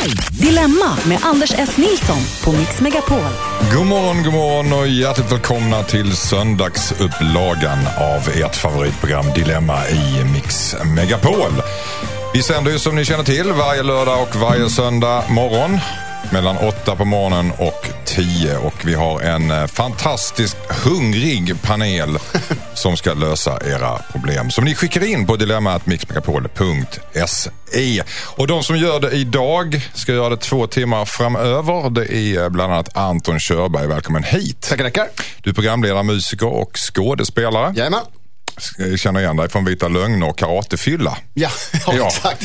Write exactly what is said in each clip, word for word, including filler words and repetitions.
Dilemma med Anders S. Nilsson på Mix Megapol. God morgon, god morgon och hjärtligt välkomna till söndagsupplagan av ert favoritprogram Dilemma i Mix Megapol. Vi sänder ju som ni känner till varje lördag och varje söndag morgon mellan åtta på morgonen och tio, och vi har en fantastiskt hungrig panel som ska lösa era problem som ni skickar in på dilemma at mixmegapol punkt se. Och de som gör det idag ska göra det två timmar framöver. Det är bland annat Anton Körberg. Välkommen hit. Tackar, tackar. Du är programledare, musiker och skådespelare. Jajamän. Jag känner igen dig från Vita lögner och karatefylla. Ja, ja, ja, exakt.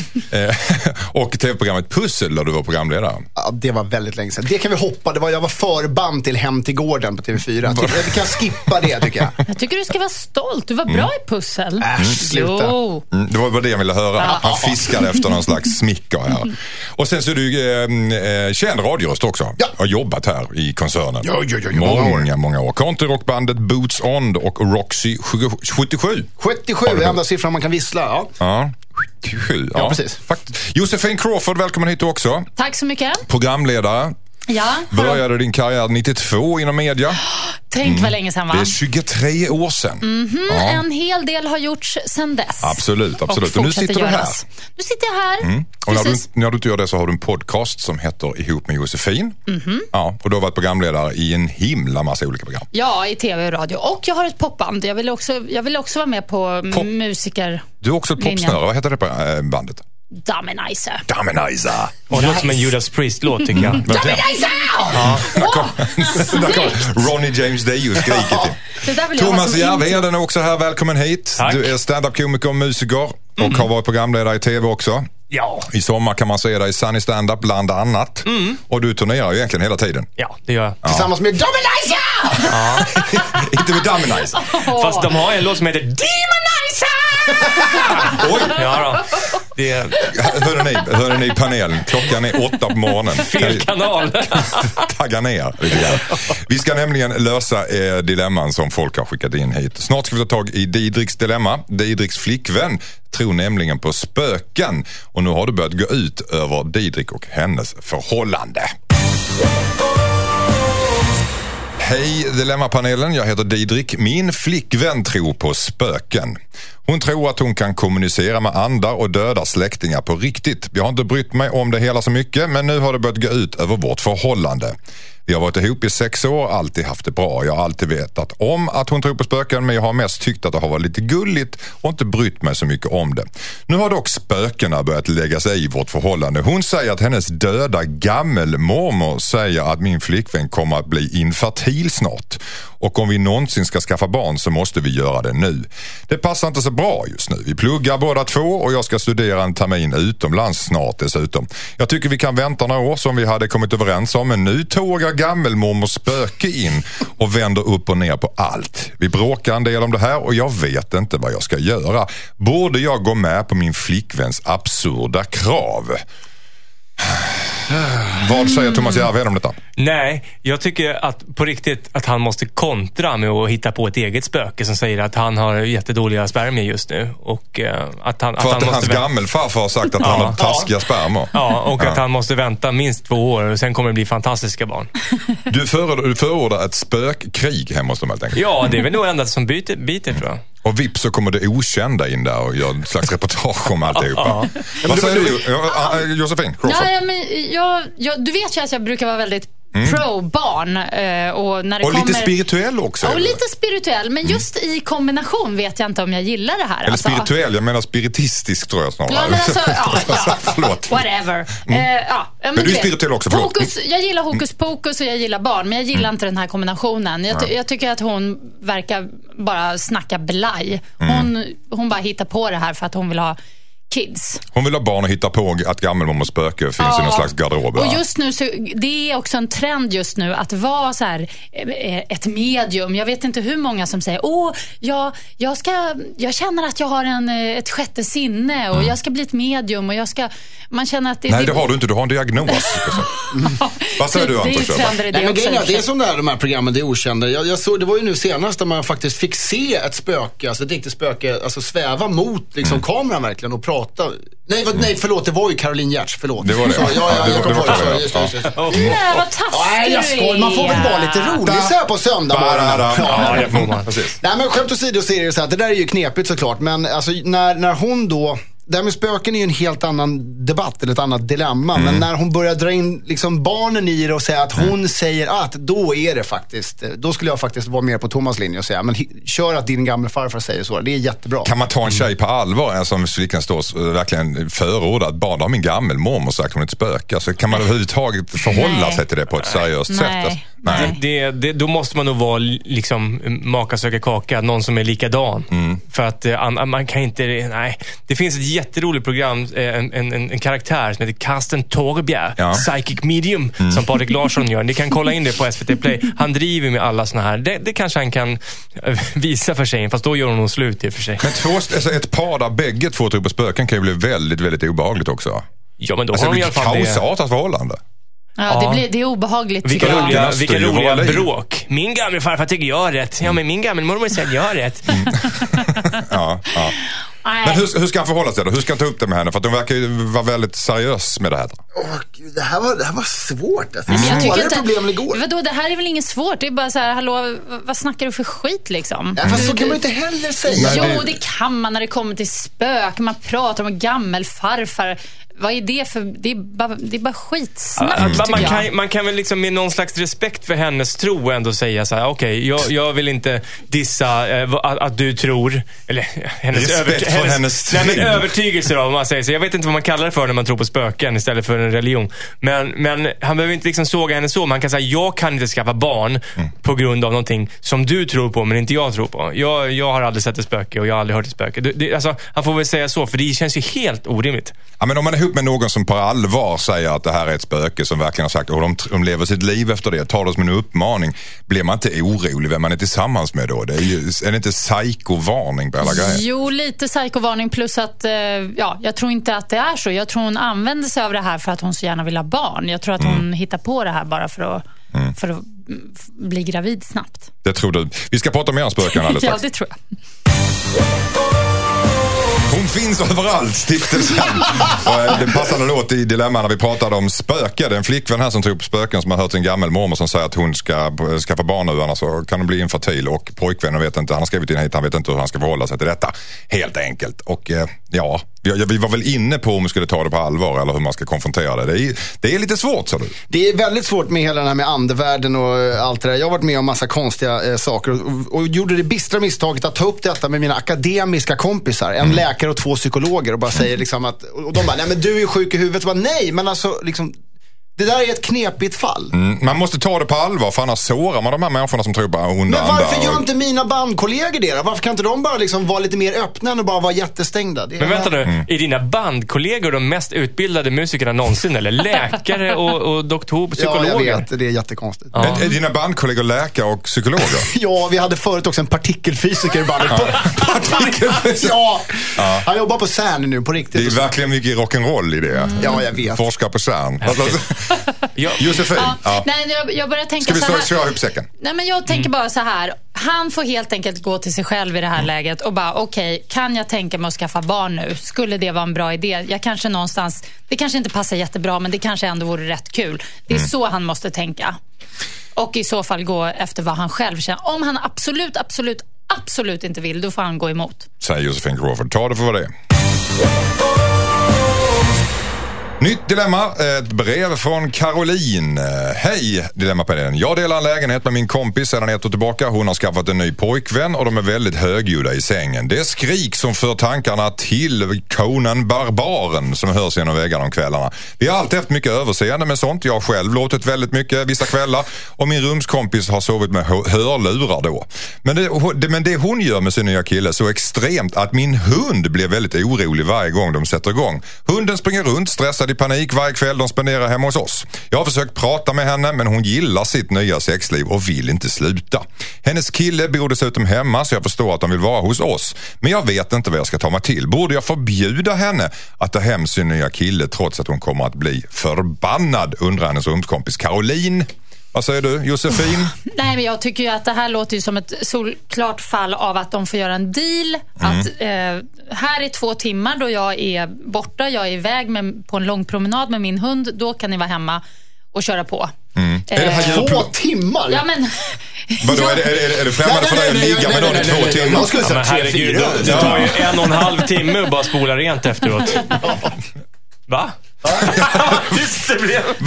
Och tv-programmet Pussel där du var programledare. Ja, det var väldigt länge sedan. Det kan vi hoppa. Det var, jag var förband till Hem till gården på T V fyra. Vi kan skippa det, tycker jag. Jag tycker du ska vara stolt. Du var bra mm. i pussel. Äsch, sluta. Mm, det var bara det jag ville höra. Ja. Han fiskade efter någon slags smicker här. Och sen så är du eh, känd radioröst också. Ja. Har jobbat här i koncernen. Ja, ja, ja, ja. Många, många år. Countryrockbandet Boots On och Roxy sjuttiosju. sjuttiosju är enda siffran man kan vissla, ja. Ja. sjuttiosju, ja, ja precis. Fakt- Josefin Crawford, välkommen hit också. Tack så mycket. Programledare. Ja. Började din karriär nittiotvå inom media. Tänk mm. vad länge sedan, va? Det är tjugotre år sedan. Mm-hmm. Ja. En hel del har gjorts sedan dess. Absolut, absolut. Och, och nu sitter du här. Nu sitter jag här. Mm. Och när du, när du inte gör det så har du en podcast som heter Ihop med Josefin. Mm-hmm. Ja, och du har varit programledare i en himla massa olika program. Ja, i tv och radio. Och jag har ett popband. Jag vill också, jag vill också vara med på Pop. musiker. Du är också ett popsnöre. Vad heter det på bandet? Dominizer. Dominizer. Och det låter som en Judas Priest-låt, tycker jag. Dominizer! Ja, där kom, där kom Ronnie James Dio skriket till. Thomas Järvheden är också här. Välkommen hit. Tack. Du är stand-up-komiker och musiker och mm. har varit programledare i tv också. Ja. I sommar kan man se dig i Sunny Stand-up bland annat. Mm. Och du turnerar ju egentligen hela tiden. Ja, det gör jag. Ja. Tillsammans med Dominizer! Ja. Inte med Dominizer. Oh. Fast de har en låt som heter Demonizer! Oj! Ja då. Det är... Hörde ni, hörde ni panelen? Klockan är åtta på morgonen. Fel kanal. Tagga ner. Vi ska nämligen lösa eh, dilemman som folk har skickat in hit. Snart ska vi ta tag i Didriks dilemma. Didriks flickvän tror nämligen på spöken. Och nu har det börjat gå ut över Didrik och hennes förhållande. Hej Dilemmapanelen, jag heter Didrik. Min flickvän tror på spöken. Hon tror att hon kan kommunicera med andar och döda släktingar på riktigt. Jag har inte brytt mig om det hela så mycket, men nu har det börjat gå ut över vårt förhållande. Vi har varit ihop i sex år, alltid haft det bra. Jag har alltid vetat om att hon tror på spöken, men jag har mest tyckt att det har varit lite gulligt och inte brytt mig så mycket om det. Nu har dock spökena börjat lägga sig i vårt förhållande. Hon säger att hennes döda gammelmormor säger att min flickvän kommer att bli infertil snart. Och om vi någonsin ska skaffa barn så måste vi göra det nu. Det passar inte så bra just nu. Vi pluggar båda två och jag ska studera en termin utomlands snart dessutom. Jag tycker vi kan vänta några år som vi hade kommit överens om, men nu tågar gammelmormors spöke in och vänder upp och ner på allt. Vi bråkar en del om det här och jag vet inte vad jag ska göra. Borde jag gå med på min flickväns absurda krav? Vad säger Thomas Järvheden om detta? Nej, jag tycker att på riktigt att han måste kontra med att hitta på ett eget spöke som säger att han har jättedåliga spermier just nu. Och uh, att han, För att, att, han att måste hans vä- gammelfarfar har sagt att han har taskiga spermor. Ja, och ja. att han måste vänta minst två år och sen kommer det bli fantastiska barn. Du förordar, du förordar ett spökkrig hemma hos dem helt enkelt. Ja, det är väl nog enda som byter, biter, tror jag. Och vips så kommer det okända in där och gör en slags reportage om alltihopa. Vad säger du, Josefin? Ja, men jag, jag, du vet ju att jag brukar vara väldigt mm. pro-barn. Och, när det och kommer... lite spirituell också. Och lite spirituell, men just mm. i kombination vet jag inte om jag gillar det här. Eller alltså. spirituell, jag menar spiritistisk tror jag snarare. Ja, men alltså, ja, ja. Förlåt. Whatever. Mm. Uh, ja, men, men du är spirituell också, förlåt. Hokus, jag gillar hokus pokus och jag gillar barn, men jag gillar mm. inte den här kombinationen. Jag, ty- jag tycker att hon verkar bara snacka blaj. Hon, mm. hon bara hittar på det här för att hon vill ha kids. Hon vill ha barn och hitta på att gammelmormors spöke finns ja. i någon slags garderob. Och just nu så, det är också en trend just nu att vara så här ett medium. Jag vet inte hur många som säger åh, jag, jag, ska, jag känner att jag har en, ett sjätte sinne och mm. jag ska bli ett medium och jag ska, man känner att det... Nej, det, det har du inte, du har en diagnos. Vad säger du, Anton Körberg? Nej, men grejen, det är som där, de här programmen, det är okända. Jag, jag såg, det var ju nu senast där man faktiskt fick se ett spöke, alltså ett riktigt spöke, alltså sväva mot liksom, mm. kameran verkligen och prata prata. Nej, vad, nej, förlåt, det var ju Caroline Giertz, förlåt. Det var det. Så, ja, ja, det jag kom var, på det var det. det. Just, just, just. Oh. Nej, vad taskig Nej, jag skoj. Man får väl vara lite rolig så här på söndag morgonen. Ja, det får man. Precis. Nej, men skämt åsido så är det så att det där är ju knepigt såklart. Men alltså, när, när hon då... Det här med spöken är ju en helt annan debatt eller ett annat dilemma. Mm. Men när hon börjar dra in liksom barnen i det och säga att hon mm. säger att då är det faktiskt, då skulle jag faktiskt vara mer på Thomas linje och säga, men kör att din gamla farfar säger så, det är jättebra. Kan man ta en tjej på allvar, en som flickan står verkligen förordar att barn har min gammelmormor sagt hon är ett spöke. Alltså, kan man överhuvudtaget förhålla Nej. sig till det på ett seriöst Nej. sätt? Alltså, Nej. Det, det, det, då måste man nog vara liksom maka söker kaka, någon som är likadan. Mm. För att eh, man kan inte, nej. Det finns ett jätteroligt program, en, en, en karaktär som heter Karsten Torebjer, ja. Psychic Medium, mm. som Patrik Larsson gör. Ni kan kolla in det på S V T Play. Han driver med alla såna här. Det, det kanske han kan visa för sig, fast då gör hon nog slut i för sig. Men två, alltså ett par där bägge två tror på spöken kan ju bli väldigt, väldigt obehagligt också. Ja, men då alltså, har de i alla fall det. Kaosartat förhållande. Ja, ja. Det, blir, det är obehagligt. Vilka roliga, vilka roliga bråk. Min gamla farfar tycker jag är rätt. Ja, men min gamla mormor säger att jag är rätt. Mm. ja, ja. Men hur, hur ska han förhålla sig då? Hur ska han ta upp det med henne? För att de verkar ju vara väldigt seriös med det här. Åh, Gud, det här var, det här var svårt. Alltså. Mm. Jag tycker inte, problem igår. Vadå, det här är väl inget svårt? Det är bara så här, hallå, vad snackar du för skit liksom? Ja, fast så kan man inte heller säga. Jo, det... det kan man när det kommer till spök. Man pratar om gammelfarfar. Vad är det för... Det är bara, det är bara skitsnack, mm. tycker man, jag. kan, man kan väl liksom med någon slags respekt för hennes tro ändå säga så här: okej, okay, jag, jag vill inte dissa äh, att, att du tror, eller hennes, respekt övert- för hennes, hennes nej, men övertygelse då, om man säger så. Jag vet inte vad man kallar det för när man tror på spöken istället för en religion. Men, men han behöver inte liksom såga henne så. Man kan säga, jag kan inte skaffa barn mm. på grund av någonting som du tror på men inte jag tror på. Jag, jag har aldrig sett ett spöke och jag har aldrig hört ett spöke. Det, det, alltså, han får väl säga så, för det känns ju helt orimligt. Ja, men om man är ihop med någon som på allvar säger att det här är ett spöke som verkligen har sagt, och de, de lever sitt liv efter det, tar det som en uppmaning, blir man inte orolig vem man är tillsammans med då? Det är, ju, är det inte psykovarning på alla grejer? Jo, lite psykovarning plus att eh, ja, jag tror inte att det är så. Jag tror hon använder sig av det här för att hon så gärna vill ha barn. Jag tror att hon mm. hittar på det här bara för att, mm. för att bli gravid snabbt. Det tror du. Vi ska prata mer om spöken alldeles strax. Ja, det tror jag. Hon finns överallt, stiftelsen. Den passande låt i Dilemma när vi pratade om spöke. Det är en flickvän här som tror på spöken som har hört en gammal mormor som säger att hon ska skaffa barn nu, annars så kan hon bli infertil. Och pojkvännen vet inte, han har skrivit in hit, han vet inte hur han ska förhålla sig till detta. Helt enkelt. Och ja, vi var väl inne på om vi skulle ta det på allvar eller hur man ska konfrontera det. Det är, det är lite svårt, så du. Det är väldigt svårt med hela den här med andevärlden och allt det där. Jag har varit med om massa konstiga eh, saker och, och gjorde det bistra misstaget att ta upp detta med mina akademiska kompisar. En mm. läkare och två psykologer och bara säger liksom att, och de bara, nej men du är sjuk i huvudet. Och bara, nej, men alltså liksom, det där är ett knepigt fall. Mm, man måste ta det på allvar, för annars sårar man de här människorna som tror på onda andar. Men varför och... gör inte mina bandkollegor det då? Varför kan inte de bara liksom vara lite mer öppna och bara vara jättestängda? Det är... Men vänta nu, mm. är dina bandkollegor de mest utbildade musikerna någonsin? Eller läkare och, och doktor, psykologer? Ja, jag vet. Det är jättekonstigt. Ja. Är, är dina bandkollegor läkare och psykologer? Ja, vi hade förut också en partikelfysiker i bandet. Partikelfysiker? Ja. ja. Han jobbar på CERN nu, på riktigt. Det är verkligen mycket rock'n'roll i det. Mm. Ja, jag vet. Forskar på CERN. Ja. Josefin, ja. Ja. Nej, jag, jag börjar tänka Ska vi så här. köra ihop säcken? Nej, men jag tänker mm. bara så här. Han får helt enkelt gå till sig själv i det här mm. läget och bara, okej, okay, kan jag tänka mig att skaffa barn nu? Skulle det vara en bra idé? Jag kanske någonstans, det kanske inte passar jättebra, men det kanske ändå vore rätt kul. Det är mm. så han måste tänka. Och i så fall gå efter vad han själv känner. Om han absolut, absolut, absolut inte vill, då får han gå emot. Säger Josefin Crawford. Ta det för vad det är. Nytt dilemma, ett brev från Caroline. Hej Dilemmapanelen. Jag delar en lägenhet med min kompis sedan ett år tillbaka. Hon har skaffat en ny pojkvän och de är väldigt högljudda i sängen. Det är skrik som för tankarna till Conan Barbaren som hörs genom väggarna om kvällarna. Vi har alltid haft mycket överseende med sånt. Jag har själv låtit väldigt mycket vissa kvällar och min rumskompis har sovit med hörlurar då. Men det, men det hon gör med sin nya kille så extremt att min hund blir väldigt orolig varje gång de sätter igång. Hunden springer runt, stressad i panik varje kväll de spenderar hemma hos oss. Jag har försökt prata med henne men hon gillar sitt nya sexliv och vill inte sluta. Hennes kille bor dessutom hemma så jag förstår att de vill vara hos oss. Men jag vet inte vad jag ska ta mig till. Borde jag förbjuda henne att ta hem sin nya kille trots att hon kommer att bli förbannad, undrar hennes rumskompis Caroline. Vad säger du, Josefin? Nej, men jag tycker ju att det här låter ju som ett solklart fall av att de får göra en deal. Mm. Att eh, här är två timmar då jag är borta, jag är iväg med, på en lång promenad med min hund. Då kan ni vara hemma och köra på. Mm. Eh, är det här två timmar? Ja, men... Vadå, är det, är det, är det främmande för dig att ligga med någon i två timmar? Jag skulle säga ja, tre, herregud, fyra. det tar ju en och en halv timme att bara spola rent efteråt. Va? Vad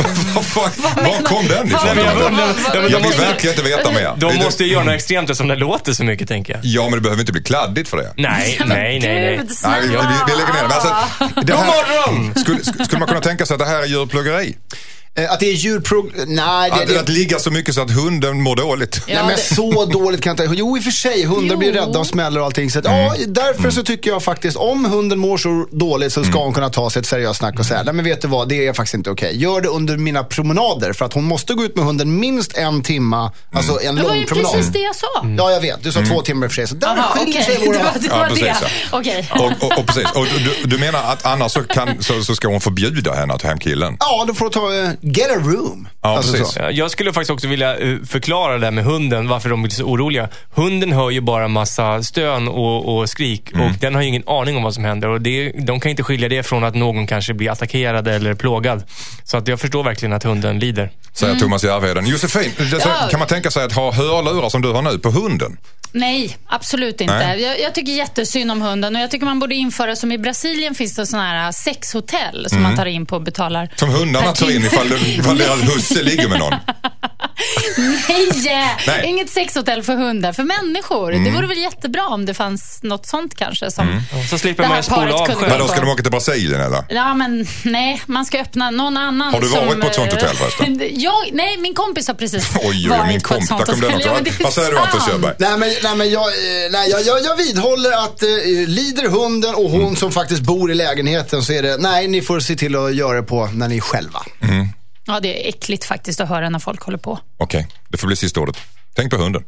Var kom den ifrån? Jag vill verkligen inte veta mer. De måste ju göra något extremt som det låter så mycket, tänker jag. Ja, men det behöver inte bli kladdigt för det. Nej, nej, nej, nej. Nej, vi, vi, vi lägger ner det. Men alltså, det här, God morgon! Skulle, skulle man kunna tänka sig att det här är djurplågeri? Att det är djurprog... Nej, det, att, det... att ligga så mycket så att hunden mår dåligt. Ja, Nej, men det... så dåligt kan jag inte... Jo, i och för sig, hundar jo. blir rädda och smäller och allting. Så att, mm. ja, därför mm. så tycker jag faktiskt, om hunden mår så dåligt så ska mm. hon kunna ta sig ett seriöst snack och säga, nej men vet du vad, det är faktiskt inte okej. Gör det under mina promenader, för att hon måste gå ut med hunden minst en timma, mm. alltså en lång promenad. Det var ju precis det jag sa. Mm. Ja, jag vet. Du sa mm. två timmar för sig. Så där Aha, skiljer okay. sig våra... Det var det. Var ja, precis, det. ja. Okay. och, och, och precis. Och du, du menar att annars så, kan, så, så ska hon förbjuda henne att ta hem killen? Ja, då får du ta uh, get a room. Ja, alltså precis. Så. Jag skulle faktiskt också vilja förklara det med hunden, varför de blir så oroliga. Hunden hör ju bara massa stön och, och skrik mm. och den har ju ingen aning om vad som händer. Och det, de kan inte skilja det från att någon kanske blir attackerad eller plågad. Så att jag förstår verkligen att hunden lider. Säger mm. Thomas Järvheden. Josefin, ja. kan man tänka sig att ha hörlurar som du har nu på hunden? Nej, absolut inte. Jag, jag tycker jättesynd om hunden och jag tycker man borde införa, som i Brasilien finns det sådana här sexhotell som mm. man tar in på och betalar. Som hundarna tar in ifall, ifall deras husse ligger med någon. Nej, Nej, inget sexhotell för hundar, för människor. Mm. Det vore väl jättebra om det fanns något sånt kanske. Som mm. Så slipper man spola av själv. Men då ska de åka till Brasilien eller? Ja, men nej, man ska öppna någon annan. Har du varit som, på ett sånt hotell förresten? jag, nej, min kompis har precis oj, oj, varit min på ett sånt hotell. Ja, vad säger du, Anton Körberg? Nej, men, nej, men jag, nej, jag, jag, jag vidhåller att eh, lider hunden och hon mm. som faktiskt bor i lägenheten, så är det, nej, ni får se till att göra det på när ni är själva. Mm. Ja, det är äckligt faktiskt att höra när folk håller på. Okej, okay, det får bli sista ordet. Tänk på hunden.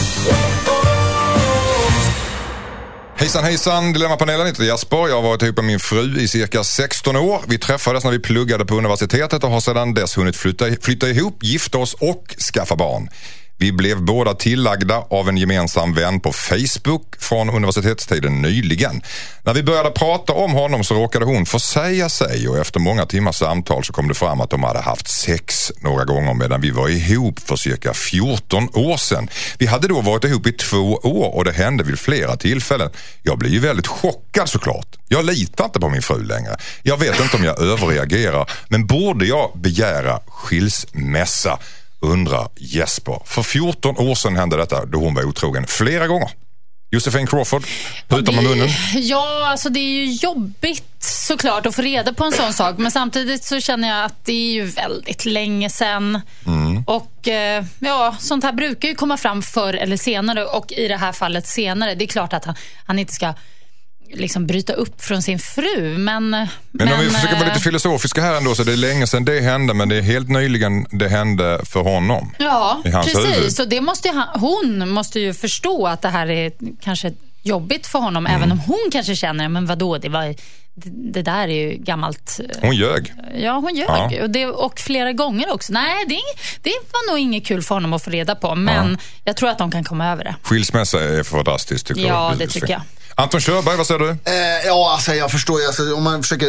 Hejsan, hejsan, Dilemmapanelen heter Jasper. Jag har varit ihop med min fru i cirka sexton år. Vi träffades när vi pluggade på universitetet och har sedan dess hunnit flytta, flytta ihop, gifta oss och skaffa barn. Vi blev båda tillagda av en gemensam vän på Facebook från universitetstiden nyligen. När vi började prata om honom så råkade hon försäga sig, och efter många timmars samtal så kom det fram att de hade haft sex några gånger medan vi var ihop för cirka fjorton år sedan. Vi hade då varit ihop i två år och det hände vid flera tillfällen. Jag blev ju väldigt chockad såklart. Jag litar inte på min fru längre. Jag vet inte om jag överreagerar, men borde jag begära skilsmässa? Undrar Jesper. För fjorton år sedan hände detta då hon var otrogen flera gånger. Josefin Crawford, putar med munnen. Ja, alltså det är ju jobbigt såklart att få reda på en sån sak. Men samtidigt så känner jag att det är ju väldigt länge sedan. Mm. Och eh, ja, sånt här brukar ju komma fram förr eller senare. Och i det här fallet senare. Det är klart att han, han inte ska liksom bryta upp från sin fru, men... Men, men om vi försöker vara lite filosofiska här ändå, så det är länge sedan det hände, men det är helt nyligen det hände för honom. Ja, i hans precis. huvud. Så det måste ju, hon måste ju förstå att det här är kanske jobbigt för honom, mm. även om hon kanske känner, men vadå, det var... Det, det där är ju gammalt... Hon ljög. Ja, hon ljög. Ja. Och, det, och flera gånger också. Nej, det, det var nog inget kul för honom att få reda på, men ja. jag tror att de kan komma över det. Skilsmässa är för drastiskt, tycker Ja, du? det tycker jag. Anton Körberg, vad säger du? Eh, ja, alltså jag förstår ju. Alltså, om man försöker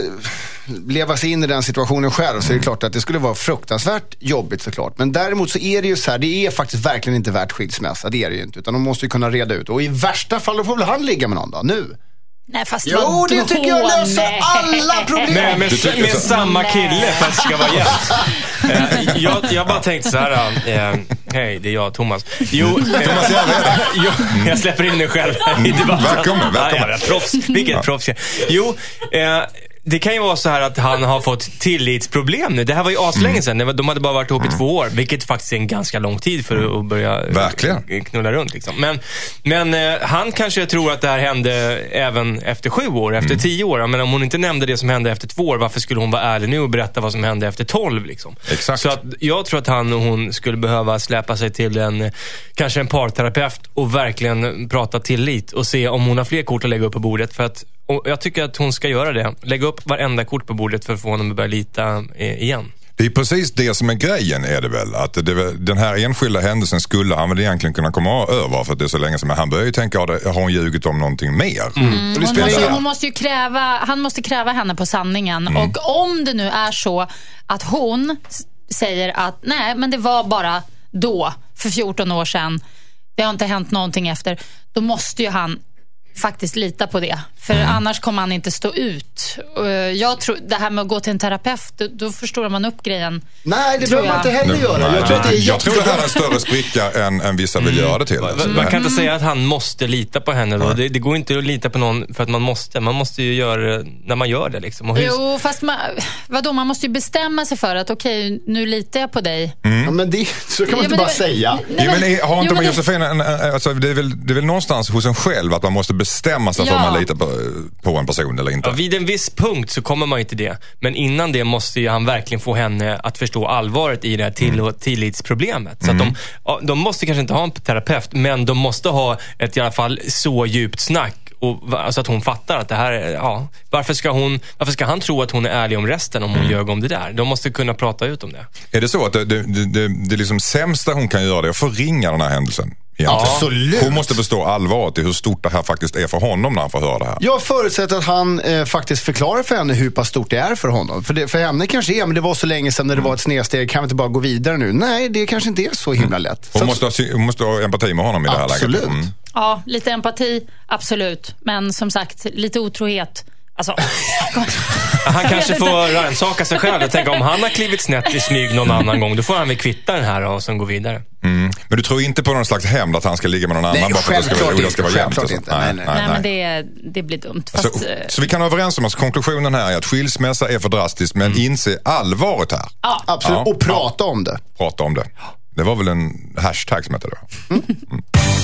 leva sig in i den situationen själv så är det klart att det skulle vara fruktansvärt jobbigt såklart. Men däremot så är det ju så här, det är faktiskt verkligen inte värt skilsmässa. Det är det ju inte, utan de måste ju kunna reda ut. Och i värsta fall då får väl han ligga med någon då, nu. Nej, fast jo, det tycker jag löser alla problem. Med, med, med, med samma kille för att det ska vara jämnt. eh, jag, jag bara tänkte så här. Eh, Hej, det är jag, Thomas. Jo, eh, Thomas Järvheden. Jo, jag släpper in mig själv i debatten. Välkommen, välkommen. Ja, proffs, vilket ja. proffs. Jo, eh, det kan ju vara så här att han har fått tillitsproblem nu. Det här var ju aslänge sedan. De hade bara varit ihop i två år. Vilket faktiskt är en ganska lång tid för att börja Verkligen. knulla runt. Liksom. Men, men eh, han kanske tror att det här hände även efter sju år, efter mm. tio år. Men om hon inte nämnde det som hände efter två år, varför skulle hon vara ärlig nu och berätta vad som hände efter tolv? Liksom? Exakt. Så att jag tror att han och hon skulle behöva släppa sig till en, kanske en parterapeut och verkligen prata tillit och se om hon har fler kort att lägga upp på bordet. För att och jag tycker att hon ska göra det. Lägga upp varenda kort på bordet för att få honom att börja lita igen. Det är precis det som är grejen, är det väl. Att det, den här enskilda händelsen skulle han väl egentligen kunna komma över för att det är så länge som han börjar ju tänka, har hon ljugit om någonting mer? Mm. Mm. Hon, måste, hon måste ju kräva, han måste kräva henne på sanningen. Mm. Och om det nu är så att hon säger att nej, men det var bara då, för fjorton år sedan, det har inte hänt någonting efter, då måste ju han faktiskt lita på det. För mm. annars kommer han inte stå ut. Jag tror, det här med att gå till en terapeut, då, då förstår man upp grejen. Nej, det behöver man inte heller göra. Nej, jag, tror det, är jag tror det här är en större spricka än, än vissa vill mm. göra det till. Alltså. Man kan inte säga att han måste lita på henne då. Det, det går inte att lita på någon för att man måste. Man måste ju göra det när man gör det liksom. Och hur... Jo, fast man, vadå, man måste ju bestämma sig för att okej, okay, nu litar jag på dig. Mm. Ja, men det, så kan man ja, inte bara det, säga. Nej, men, ja, men, har inte jo, man Josefin, en, en, alltså, det, är väl, det är väl någonstans hos en själv att man måste bestämma sig ja. för om man litar på, på en person eller inte. Ja, vid en viss punkt så kommer man inte det. Men innan det måste ju han verkligen få henne att förstå allvaret i det här till- och tillitsproblemet. Så mm. att de, de måste kanske inte ha en terapeut, men de måste ha ett i alla fall så djupt snack. Och, alltså att hon fattar att det här är, ja, varför ska hon, varför ska han tro att hon är ärlig om resten om hon mm. ljög om det där? De måste kunna prata ut om det. Är det så att det, det, det, det är liksom sämsta hon kan göra det är att förringa den här händelsen? Ja, absolut. Hon måste förstå allvaret i hur stort det här faktiskt är för honom när han får höra det här. Jag förutsätter att han eh, faktiskt förklarar för henne hur pass stort det är för honom. För, det, för henne kanske är, men det var så länge sedan när det mm. var ett snedsteg, kan vi inte bara gå vidare nu? Nej, det kanske inte är så himla lätt. Hon så måste, ha, hon måste ha empati med honom i det här absolut. läget. Mm. Ja, lite empati, absolut. Men som sagt, lite otrohet. Alltså, han kanske får rannsaka sig själv och tänka om han har klivit snett i smyg någon annan gång, då får han väl kvitta den här och sen gå vidare. Mm. Men du tror inte på någon slags hämnd att han ska ligga med någon annan nej, bara för att det ska, det ska vara jämnt? Nej, nej, nej. nej, men det, det blir dumt. Fast, alltså, så vi kan vara överens om att konklusionen här är att skilsmässa är för drastiskt, men mm. inse allvaret här. Ja, absolut. Ja. Och prata om det. Prata om det. Det var väl en hashtag som heter det. Mm. Mm.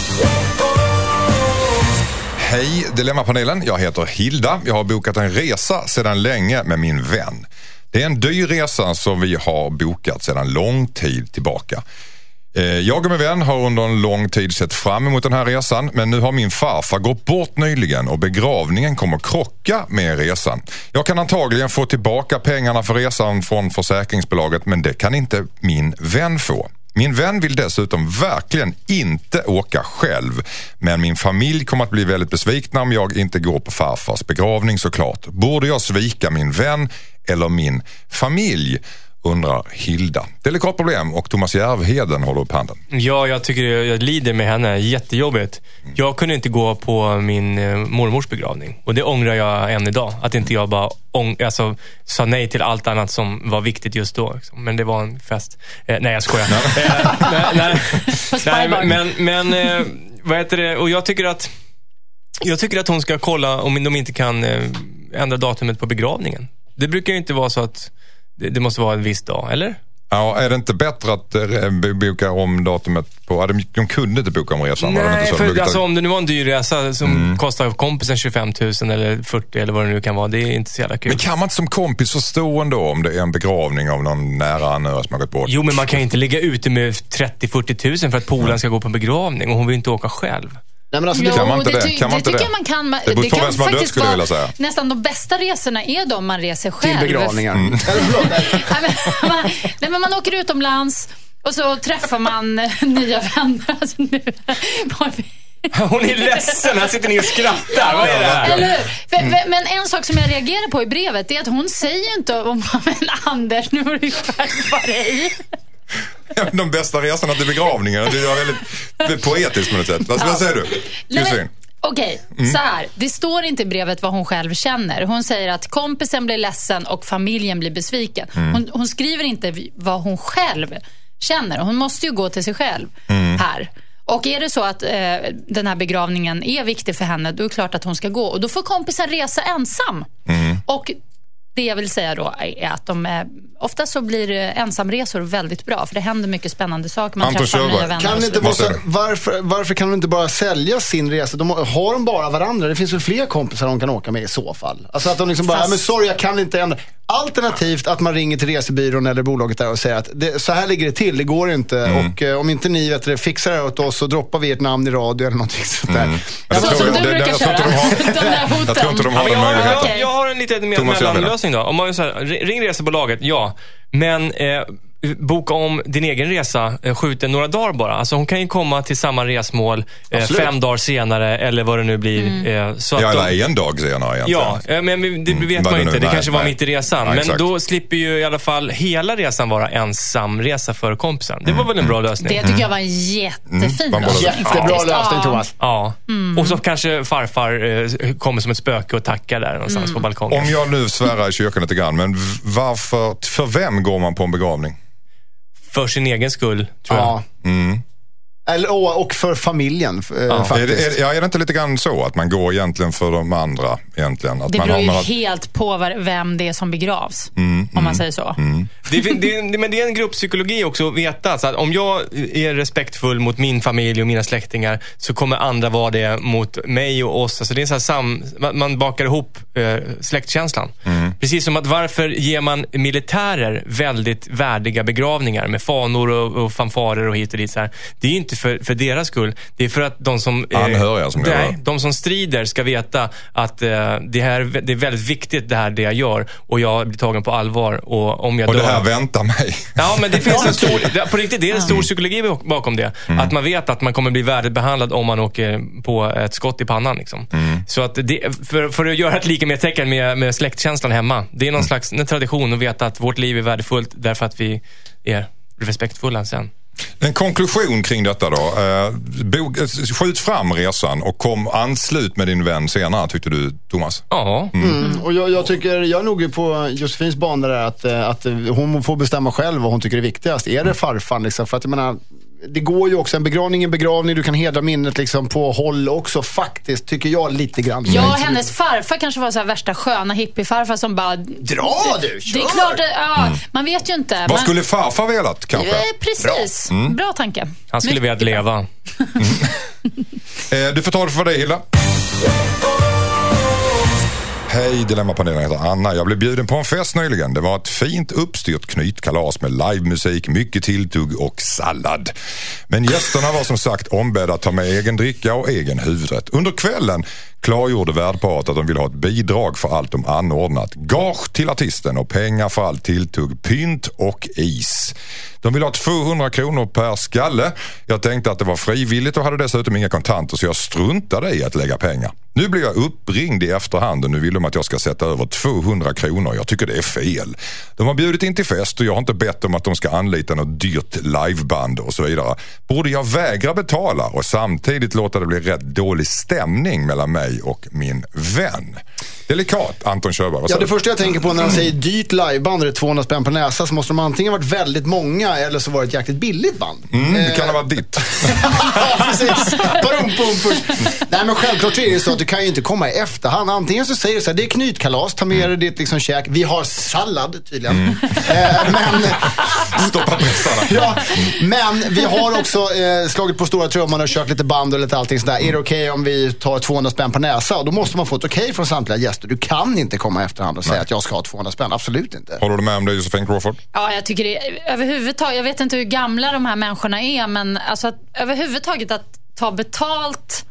Hej Dilemmapanelen, jag heter Hilda. Jag har bokat en resa sedan länge med min vän. Det är en dyr resa som vi har bokat sedan lång tid tillbaka. Jag och min vän har under en lång tid sett fram emot den här resan, men nu har min farfar gått bort nyligen och begravningen kommer krocka med resan. Jag kan antagligen få tillbaka pengarna för resan från försäkringsbolaget, men det kan inte min vän få. Min vän vill dessutom verkligen inte åka själv, men min familj kommer att bli väldigt besvikna om jag inte går på farfars begravning såklart. Borde jag svika min vän eller min familj? Undrar Hilda. Delikat problem, och Thomas Järvheden håller upp handen. Ja, jag tycker jag lider med henne. Jättejobbigt. Jag kunde inte gå på min mormors begravning. Och det ångrar jag än idag. Att inte jag bara ång- alltså, sa nej till allt annat som var viktigt just då. Men det var en fest. Eh, nej, jag skojar. eh, nej, nej, nej, men, men eh, vad heter det? Och jag tycker att jag tycker att hon ska kolla om de inte kan eh, ändra datumet på begravningen. Det brukar ju inte vara så att Det, det måste vara en viss dag, eller? Ja, är det inte bättre att äh, boka om datumet på... De, de kunde inte boka om resan. Nej, var det inte så? för de alltså, om det nu var en dyr resa som mm. kostar kompisen tjugofem tusen eller fyrtio eller vad det nu kan vara, det är inte så jävla kul. Men kan man inte som kompis förstå ändå om det är en begravning av någon nära anhörig som har gått bort? Jo, men man kan ju inte ligga ute med trettio till fyrtio tusen för att polaren ska gå på en begravning och hon vill inte åka själv. Nej, men alltså, jo, kan man inte det? det? Kan man det inte tycker det? man kan. Det, det kan faktiskt död, skulle jag vilja säga. Nästan de bästa resorna är de man reser själv. Till begravningar. Mm. nej, men, man, nej, men man åker utomlands och så träffar man nya vänner. Alltså, nu, hon är ledsen, här sitter ni och skrattar. Vad är det här? Eller hur? För, men en sak som jag reagerar på i brevet är att hon säger inte om men Anders, nu var du själv för dig. De bästa resorna till begravningar. Det är väldigt poetiskt på något sätt. Alltså, ja. Vad säger du? Okej, okay, mm. så här. Det står inte i brevet vad hon själv känner. Hon säger att kompisen blir ledsen och familjen blir besviken. Mm. Hon, hon skriver inte vad hon själv känner. Hon måste ju gå till sig själv mm. här. Och är det så att eh, den här begravningen är viktig för henne, då är det klart att hon ska gå. Och då får kompisen resa ensam. Mm. Och det jag vill säga då är att de är, ofta så blir ensamresor väldigt bra, för det händer mycket spännande saker. Man Anton träffar nya vänner. Kan inte bara, varför, varför kan de inte bara sälja sin resa? De har de bara varandra. Det finns väl fler kompisar de kan åka med i så fall. Alltså att de liksom bara, Fast... men sorry, jag kan inte ändra. Alternativt att man ringer till resebyrån eller bolaget där och säger att det, så här ligger det till, det går inte. Mm. Och eh, om inte ni vet det, fixar det åt oss så droppar vi ett namn i radio eller någonting sånt där. Mm. Jag tror som du brukar köra. Jag tror inte de har den möjligheten. Jag har en lite mer mellanlösning då. Om man så här, ring resebolaget, ja. Ja, men eh, boka om din egen resa, eh, skjuten några dagar bara. Alltså hon kan ju komma till samma resmål eh, fem dagar senare eller vad det nu blir. Mm. Eh, så ja, att eller de, en dag senare egentligen. Ja, eh, men det vet Mm, man ju inte. nu, Det nej, kanske var nej. mitt i resan. Ja, men exakt. då slipper ju i alla fall hela resan vara ensamresa för kompisen. Det var väl en bra lösning? Det tycker jag var en jättefin Mm. lösning. Jättebra faktiskt. lösning, Ja. Thomas. Ja, och så kanske farfar eh, kommer som ett spöke och tackar där någonstans Mm. på balkongen. Om jag nu svärar i kyrkan lite grann, men varför, för vem går man på en begravning? För sin egen skull, tror jag. Ja. Mm. Eller, och, och för familjen eh, Ja. Är faktiskt. det, är, ja, är det inte lite grann så att man går egentligen för de andra egentligen? Att Det man beror ju några... helt på var- vem det är som begravs. Mm, om man säger så. Det, det, det, men det är en grupppsykologi också att veta. Så att om jag är respektfull mot min familj och mina släktingar så kommer andra vara det mot mig och oss. Alltså det är så här sam, man bakar ihop eh, släktkänslan. Mm. Precis som att varför ger man militärer väldigt värdiga begravningar med fanor och, och fanfarer och hit och dit. Så här. Det är ju inte för, för deras skull. Det är för att de som, eh, Anhöriga som gör nej, det. de som strider ska veta att eh, det, här, det är väldigt viktigt det här det jag gör och jag blir tagen på allvar. Och om jag Och dör, det här väntar mig. ja, men det finns en stor, det- på riktigt, det är en stor psykologi bakom det. Att man vet att man kommer bli värdigt behandlad om man åker på ett skott i pannan. Liksom. Så att det, för, för att göra ett lika med tecken med, med släktkänslan hemma. Det är någon slags en tradition att veta att vårt liv är värdefullt därför att vi är respektfulla sen. En konklusion kring detta då. Eh, bo, skjut fram resan och kom anslut med din vän senare, tyckte du, Thomas? Ja. Mm. Och jag, jag tycker, jag är nog på Josefins bana där att, eh, att hon får bestämma själv vad hon tycker är viktigast. Är det farfan liksom? För att jag menar, det går ju också, en begravning en begravning, du kan hedra minnet liksom på håll också faktiskt, tycker jag lite grann. Ja, hennes farfar kanske var så här värsta sköna hippiefarfar som bara... Dra du, kör! Det är klart, att- ja, man vet ju inte. Vad Man, skulle farfar velat kanske? Eh, precis, bra, tanke. Han skulle Mycket vilja leva. Eh, du får ta det för dig, Hilda. Hej, Dilemmapanelen heter Anna. Jag blev bjuden på en fest nyligen. Det var ett fint uppstyrt knytkalas med livemusik, mycket tilltugg och sallad. Men gästerna var som sagt ombedda att ta med egen dricka och egen huvudrätt. Under kvällen klargjorde värdparet att de ville ha ett bidrag för allt de anordnat. Gage till artisten och pengar för allt tilltugg, pynt och is. De ville ha tvåhundra kronor per skalle. Jag tänkte att det var frivilligt och hade dessutom inga kontanter så jag struntade i att lägga pengar. Nu blir jag uppringd i efterhand och nu vill de att jag ska sätta över tvåhundra kronor. Jag tycker det är fel. De har bjudit in till fest och jag har inte bett om att de ska anlita något dyrt liveband och så vidare. Borde jag vägra betala och samtidigt låta det bli rätt dålig stämning mellan mig och min vän? Delikat, Anton Körberg. Vad Ja, säger det du? första jag tänker på när de säger dyrt liveband och det är tvåhundra spänn på näsa, så måste de antingen ha varit väldigt många eller så var det ett jäkligt billigt band. Mm, det kan ha varit ditt. Ja, precis. Barum, pum, push. Nej, men självklart är det så att du kan ju inte komma i efterhand. Antingen så säger du så här, det är knytkalas, ta med dig ditt liksom käk. Vi har sallad tydligen. Eh, men, Stoppa pressarna. ja, men vi har också eh, slagit på stora trumman och kört lite band och lite allting sådär. Är det okej om vi tar tvåhundra spänn på näsa? Och då måste man få ett okej från samtliga gäster. Du kan inte komma i efterhand och säga att jag ska ha tvåhundra spänn. Absolut inte. Håller du med om det, Josefin Crawford? Ja, jag tycker det överhuvudtaget, jag vet inte hur gamla de här människorna är, men alltså att överhuvudtaget att ta betalt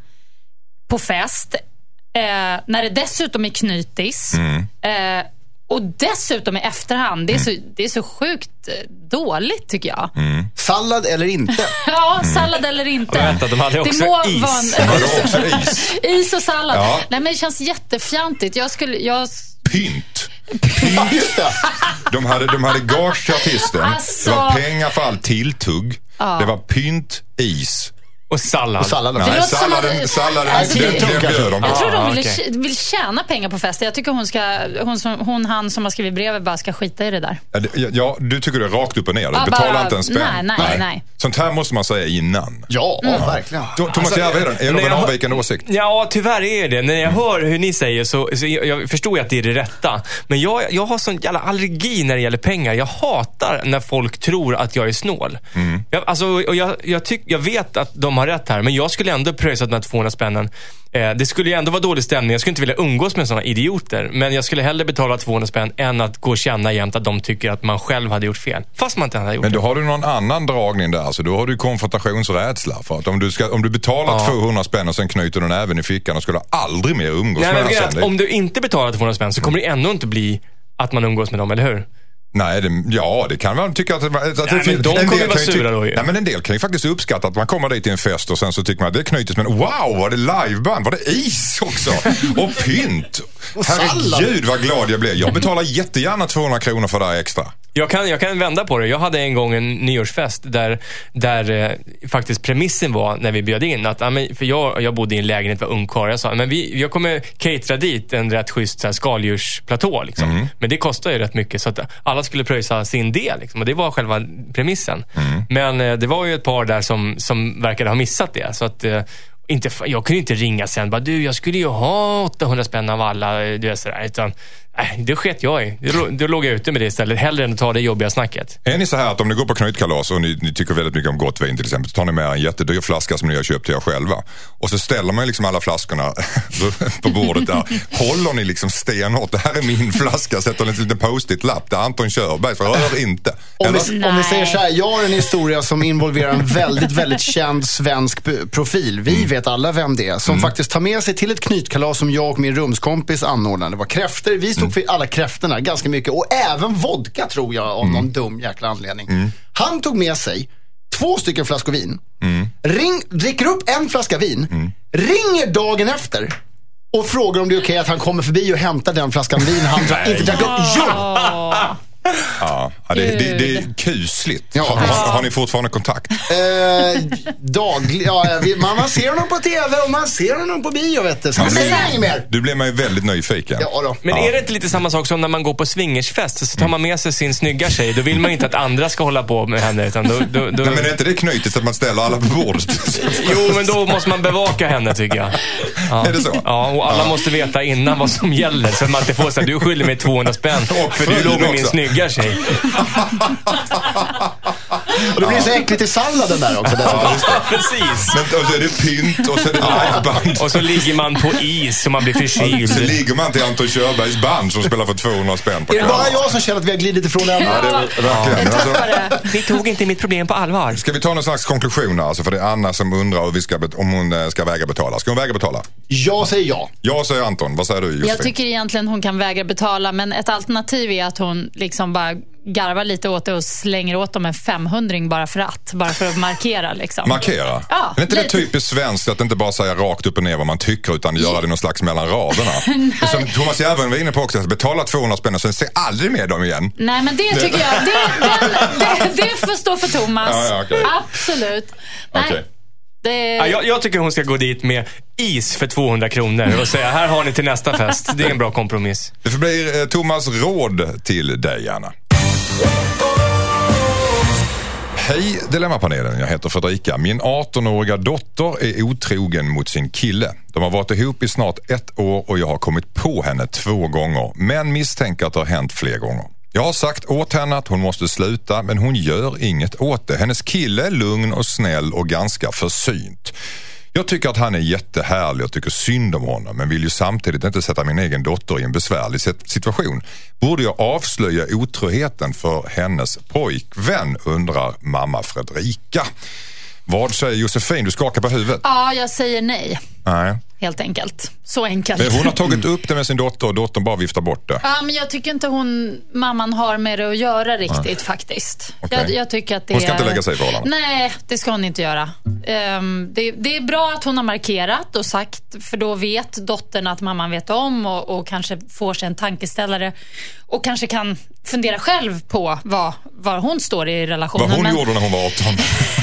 på fest eh, när det dessutom är knytis eh, och dessutom i efterhand, det är, så, det är så sjukt eh, dåligt tycker jag. Sallad eller inte? Ja, sallad eller inte. Och vänta, de hade också det må is. vara en- De hade också is. is och sallad. Ja. Nej, men det känns jättefjantigt. Jag skulle, jag... Pynt. Ja, just det. De hade, de hade gage till artisten. Alltså- Det var pengar för all tilltugg. Det var pynt, is. Och sallad. Och sallad. Nej, låter som salladen, att- salladen Alltså, den, det- den bjöd de Jag på. tror de Ah, vill, okej. vill tjäna pengar på festen. Jag tycker hon, ska, hon, som, hon han som har skrivit brevet bara ska skita i det där. Ja, det- Ja, du tycker det är rakt upp och ner. Du Ja, betalar bara- inte en spänn. nej, nej, nej. Sånt här måste man säga innan. Ja, verkligen. To- Thomas Järvheden, är när det en jag hör- avvikande åsikt? Ja, tyvärr är det. När jag hör hur ni säger så, så jag, jag förstår ju att det är det rätta. Men jag, jag har sån jävla allergi när det gäller pengar. Jag hatar när folk tror att jag är snål. Jag, alltså, och jag, jag, tyck, jag vet att de har rätt här, men jag skulle ändå pröjsat den här tvåhundra spännen. Eh, det skulle ju ändå vara dålig stämning. Jag skulle inte vilja umgås med sådana idioter. Men jag skulle hellre betala tvåhundra spänn än att gå och känna jämt att de tycker att man själv hade gjort fel. Fast man inte hade gjort Men det. då har du någon annan dragning där. Så då har du konfrontationsrädsla. För att om du, ska, om du betalar Ja. tvåhundra spänn och sen knyter den även i fickan och skulle aldrig mer umgås Nej, med men den att sen. om du inte betalar tvåhundra spänn så kommer det ändå inte bli att man umgås med dem, eller hur? Nej, det, ja det kan man tycka att, att, att nej, men de kommer ju vara sura då ju. Nej, men en del kan ju faktiskt uppskatta att man kommer dit till en fest och sen så tycker man att det är knutet, men wow, var det liveband, var det is också och pynt. Herregud vad glad jag blev. Jag betalar jättegärna tvåhundra kronor för det här extra. Jag kan, jag kan vända på det. Jag hade en gång en nyårsfest där, där eh, faktiskt premissen var när vi bjöd in att, ja, men, för jag, jag bodde i en lägenhet, var ungkarl. Jag sa, men vi, jag kommer catera dit en rätt schysst så här, skaldjursplatå liksom. Mm. Men det kostar ju rätt mycket så att alla skulle pröjsa sin del liksom. Och det var själva premissen. Mm. Men eh, det var ju ett par där som, som verkade ha missat det. Så att eh, inte, jag kunde inte ringa sen. Bara, du, jag skulle ju ha åttahundra spänn av alla. Du vet sådär. Utan, nej, det sket jag i. Då, då låg jag ute med det istället. Hellre än att ta det jobbiga snacket. Är ni så här att om ni går på knytkalas och ni, ni tycker väldigt mycket om gott vin till exempel, så tar ni med en jättedyr flaska som ni har köpt till er själva. Och så ställer man liksom alla flaskorna på bordet där. Håller ni liksom stenhårt. Det här är min flaska. Sätter en liten post-it-lapp. Det är Anton Körberg. Så rör inte. Om vi, om vi säger så här, jag har en historia som involverar en väldigt, väldigt känd svensk p- profil. Vi mm. vet alla vem det är. Som mm. faktiskt tar med sig till ett knytkalas som jag och min rumskompis anordnade. Det var kräfter. Vi stod för alla kräfterna ganska mycket, och även vodka tror jag av mm. någon dum jäkla anledning. Mm. Han tog med sig två stycken flaskor vin. Mm. Ring, dricker upp en flaska vin. Mm. Ringer dagen efter och frågar om det är okej att han kommer förbi och hämtar den flaskan vin han dra, inte drack upp. Ja! Ja, det, det, det är kusligt. Ja, har, har, har ni fortfarande kontakt? Eh, daglig, ja, man, man ser honom på tv och man ser honom på bio, vet du. Så man säger inget mer. Du blir mig väldigt nyfiken. Ja, då. Men är det inte lite samma sak som när man går på swingersfest, så tar man med sig sin snygga tjej, då vill man inte att andra ska hålla på med henne, utan då, då, då... Nej, men är inte det knutet att man ställer alla på bordet? Jo, men då måste man bevaka henne, tycker jag. Ja. Är det så? Ja, och alla ja. måste veta innan vad som gäller, så att man inte får säga, du skyller mig tvåhundra spänn för du låg med min snygga tjej. Och det blir så äckligt i salladen där också. Där. Ja, precis. Men, och så är det pynt och så är det liveband. Och så ligger man på is så man blir förkyld. Så ligger man till Anton Körbergs band som spelar för tvåhundra spänn på. Är det bara jag som känner att vi har glidit ifrån det? Ja, det är verkligen. Ja, alltså, vi tog inte mitt problem på allvar. Ska vi ta någon slags konklusion här? Alltså, för det är Anna som undrar om, vi ska bet- om hon ska vägra betala. Ska hon vägra betala? Jag säger ja. Jag säger Anton. Vad säger du, Josefin? Jag tycker egentligen hon kan vägra betala, men ett alternativ är att hon liksom bara garvar lite åt det och slänger åt dem en femhundring bara för att. Bara för att markera liksom. Markera? Ja, är inte lite. det typiskt svenskt att inte bara säga rakt upp och ner vad man tycker, utan göra det någon slags mellan raderna? Och som Thomas Järven var inne på också, att betala tvåhundra spänn och sen se aldrig med dem igen. Nej, men det tycker jag, det, den, det, det får stå för Thomas. Ja, ja, okay. Absolut. Nej. Okay. Det... Ja, jag, jag tycker hon ska gå dit med is för tvåhundra kronor och säga, här har ni till nästa fest. Det är en bra kompromiss. Det får bli eh, Thomas råd till dig, Anna. Hej Dilemmapanelen, jag heter Fredrika. Min artonåriga dotter är otrogen mot sin kille. De har varit ihop i snart ett år och jag har kommit på henne två gånger, men misstänker att det har hänt fler gånger. Jag har sagt åt henne att hon måste sluta, men hon gör inget åt det. Hennes kille är lugn och snäll och ganska försynt. Jag tycker att han är jättehärlig och tycker synd om honom, men vill ju samtidigt inte sätta min egen dotter i en besvärlig situation. Borde jag avslöja otroheten för hennes pojkvän, undrar mamma Fredrika. Vad säger Josefin? Du skakar på huvudet. Ja, jag säger nej. Nej. Helt enkelt. Så enkelt. Men hon har tagit upp det med sin dotter och dottern bara viftar bort det. Ja, men jag tycker inte hon, mamman har med det att göra riktigt ja. faktiskt. Okay. Jag, jag tycker att det hon ska är... inte lägga sig i förhållandet. Nej, det ska hon inte göra. Um, det, det är bra att hon har markerat och sagt, för då vet dottern att mamman vet om och, och kanske får sig en tankeställare och kanske kan fundera själv på vad, var hon står i relationen. Vad hon men... gjorde när hon var arton.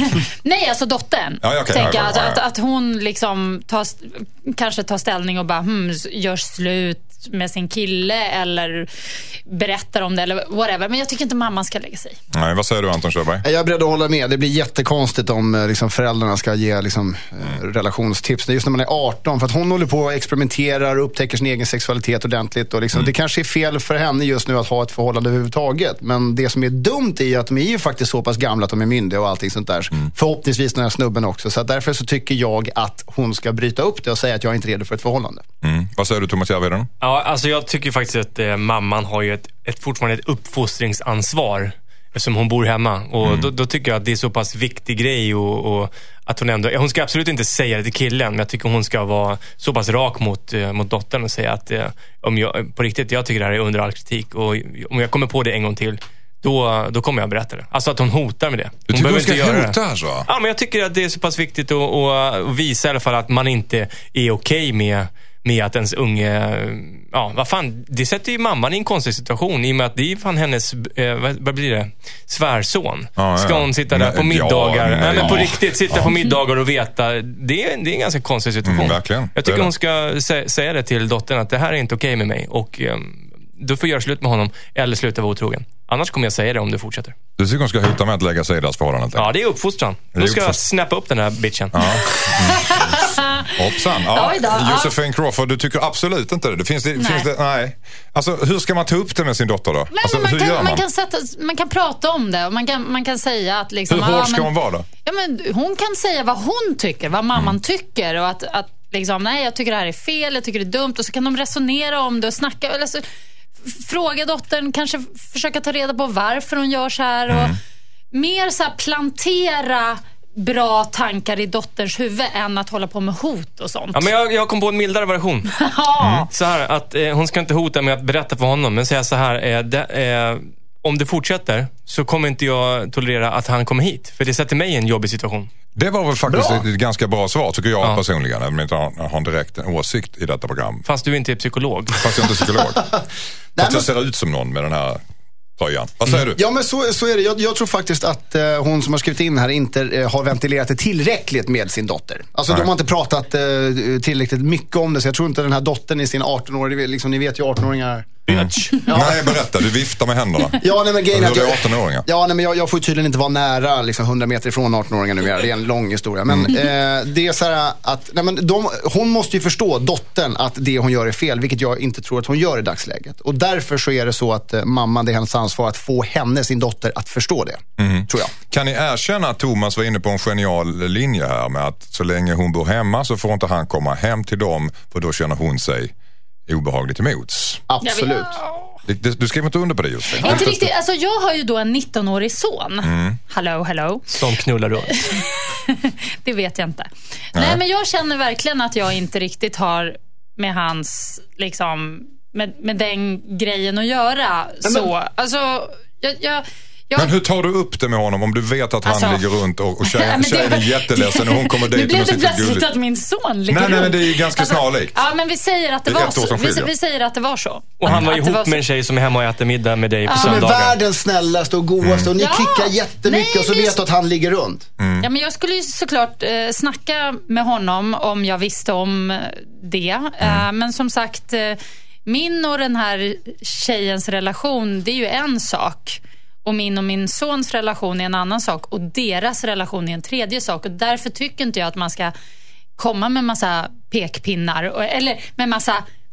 Nej, alltså dottern. Ja, okay, tänker ja, ja, ja. Att, att, att hon liksom tar, kanske tar ställning och bara hmm, gör slut med sin kille eller berättar om det eller whatever. Men jag tycker inte mamman ska lägga sig. Nej, vad säger du Anton Körberg? Jag är beredd att hålla med. Det blir jättekonstigt om liksom, föräldrarna ska ge liksom, mm. relationstips. Det är just när man är arton. För att hon håller på och experimenterar och upptäcker sin egen sexualitet ordentligt. Och liksom, mm. det kanske är fel för henne just nu att ha ett förhållande överhuvudtaget. Men det som är dumt är att de är ju faktiskt så pass gamla att de är myndiga och allting sånt där. Mm. Förhoppningsvis den här snubben också. Så att därför så tycker jag att hon ska bryta upp det och säga att jag är inte redo för ett förhållande. Mm. Vad säger du Thomas Järven? Ja, alltså jag tycker faktiskt att eh, mamman har ju ett, ett fortfarande ett uppfostringsansvar eftersom hon bor hemma. Och mm. då, då tycker jag att det är så pass viktig grej och, och att hon ändå, hon ska absolut inte säga det till killen, men jag tycker hon ska vara så pass rak mot, eh, mot dottern och säga att eh, om jag, på riktigt, jag tycker det här är under all kritik och om jag kommer på det en gång till Då, då kommer jag berätta det. Alltså att hon hotar med det. Hon du tycker hon ska inte göra hota det. alltså? Ja, men jag tycker att det är så pass viktigt att, att visa i alla fall att man inte är okej okay med, med att ens unge... Ja, vad fan, det sätter ju mamman i en konstig situation i och med att det är fan hennes, eh, vad, vad blir det? Svärson. Ja, Ska hon sitta där på middagar? Ja, nej, men på ja. riktigt sitta ja. på middagar och veta. Det är, det är en ganska konstig situation. Mm, verkligen. Jag tycker det hon ska sä- säga det till dottern att det här är inte okej okay med mig. Och eh, du får göra slut med honom eller sluta vara otrogen. Annars kommer jag säga det om du fortsätter. Du tycker hon ska hota med att lägga sig i deras förhållande? Ja, det är uppfostran. Nu ska jag snappa upp den här bitchen. Ja. Mm. Hoppsan. Ja. Josefin Crawford, du tycker absolut inte det. det, finns det, nej. Finns det nej. Alltså, hur ska man ta upp det med sin dotter då? Nej, alltså, man, hur kan, gör man? Man, kan sätta, man kan prata om det och man kan, man kan säga att... Liksom, hur hård ja, ska men, hon vara då? Ja, men, hon kan säga vad hon tycker, vad mamman mm. tycker och att, att liksom, nej, jag tycker det här är fel, jag tycker det är dumt och så kan de resonera om det och snacka... Eller så, fråga dottern, kanske försöka ta reda på varför hon gör så här och mm. mer så här plantera bra tankar i dotterns huvud än att hålla på med hot och sånt. Ja, men jag, jag kom på en mildare version. mm. Så här, att eh, hon ska inte hota med att berätta för honom, men säga så här, eh, det, eh, om det fortsätter så kommer inte jag tolerera att han kommer hit, för det sätter mig i en jobbig situation. Det var väl faktiskt bra. ett ganska bra svar tycker jag ja. personligen. Jag inte har en direkt en åsikt i detta program. Fast du inte är psykolog. Fast jag är inte psykolog. Fast jag ser ut som någon med den här tröjan. Vad säger mm. du? Ja, men så, så är det. Jag, jag tror faktiskt att eh, hon som har skrivit in här inte eh, har ventilerat det tillräckligt med sin dotter. Alltså Nej. de har inte pratat eh, tillräckligt mycket om det. Så jag tror inte den här dottern i sin arton-åriga, liksom, ni vet ju arton-åringar... Mm. Ja. Nej, berätta. Du viftar med händerna. Ja, nej, men grejen är att jag, arton-åringar. Ja, nej, men jag, jag får tydligen inte vara nära liksom hundra meter ifrån arton-åringar nu. Det är en lång historia. Men mm. eh, det är så här att nej, men de, hon måste ju förstå, dottern, att det hon gör är fel. Vilket jag inte tror att hon gör i dagsläget. Och därför så är det så att eh, mamman, det är hennes ansvar att få henne, sin dotter, att förstå det. Mm. Tror jag. Kan ni erkänna att Thomas var inne på en genial linje här med att så länge hon bor hemma så får inte han komma hem till dem, för då känner hon sig obehagligt emots. Absolut. Du, du skrev inte under på det just det. Inte riktigt, alltså jag har ju då en nitton-årig son. Mm. Hello, hello. Som knullar runt. Det vet jag inte. Nej. Nej, men jag känner verkligen att jag inte riktigt har med hans, liksom, med, med den grejen att göra. Men, så, alltså, jag... jag Jag... Men hur tar du upp det med honom om du vet att han alltså, ligger runt och, och tjejen, det, tjejen är jätteledsen och hon kommer dit och sitter gulligt? Nu blev det plötsligt att min son ligger nej, nej, runt. men det är ju ganska alltså, snarlikt. Ja, men vi säger att det, det var så. Vi, vi säger att det var så. Och han var att ihop var med en tjej som är hemma och äter middag med dig på ja. söndagar. Som är världens snällaste och godaste mm. och ni ja. klickar jättemycket nej, och så vet du att han ligger runt. Mm. Ja, men jag skulle ju såklart eh, snacka med honom om jag visste om det. Mm. Eh, men som sagt, eh, min och den här tjejens relation, det är ju en sak. Och min och min sons relation är en annan sak. Och deras relation är en tredje sak. Och därför tycker inte jag att man ska komma med massa pekpinnar. Eller med massa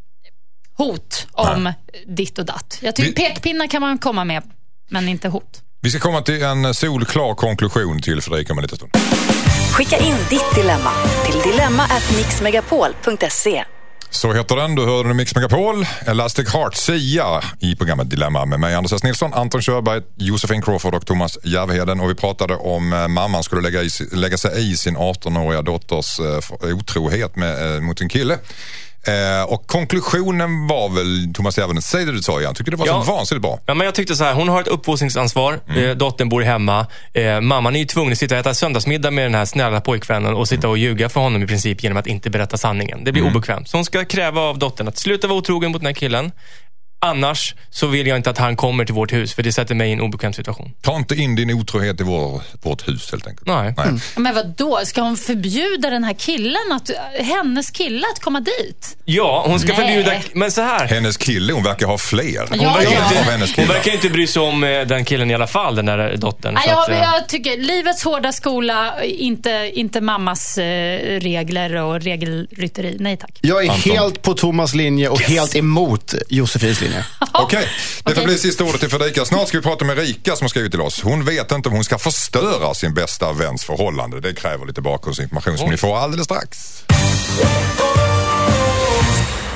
hot om Nej. ditt och datt. Jag tycker Vi... pekpinnar kan man komma med, men inte hot. Vi ska komma till en solklar konklusion till Fredrik om en liten stund. Skicka in ditt dilemma till dilemma at mixmegapol punkt se. Så heter den, du hörde Mix Megapol, Elastic Heart, Sia i programmet Dilemma med mig, Anders S. Nilsson, Anton Körberg, Josefin Crawford och Thomas Järvheden. Och vi pratade om eh, mamman skulle lägga, i, lägga sig i sin arton-åriga dotters eh, otrohet med, eh, mot en kille. Eh, och konklusionen var väl, Thomas Järvheden, säg det du sa igen, tycker det var ja. så vansinnigt bra. Ja, men jag tyckte så här, hon har ett uppfostringsansvar, mm. eh, dottern bor hemma, eh, mamman är ju tvungen att sitta och äta söndagsmiddag med den här snälla pojkvännen och sitta och ljuga för honom i princip genom att inte berätta sanningen. Det blir mm. obekvämt. Så hon ska kräva av dottern att sluta vara otrogen mot den här killen. Annars så vill jag inte att han kommer till vårt hus, för det sätter mig i en obekväm situation. Ta inte in din otrohet i vår, vårt hus helt enkelt. Nej. Nej. Mm. Men vad då? Ska hon förbjuda den här killen, att, hennes kille att komma dit? Ja, hon ska Nej. förbjuda, men så här. Hennes kille, hon verkar ha fler. Hon, ja, verkar, ja. inte, hennes hon verkar inte bry sig om den killen i alla fall, den där dottern. Nej, så jag, att, jag tycker livets hårda skola, inte, inte mammas eh, regler och regelrytteri. Nej tack. Jag är Anton. helt på Thomas linje och yes. helt emot Josefins linje. Okej, okay. det får okay. bli sista ordet till Fredrika. Snart ska vi prata med Rika som har skrivit till oss. Hon vet inte om hon ska förstöra sin bästa väns förhållande. Det kräver lite bakgrundsinformation som oh. ni får alldeles strax.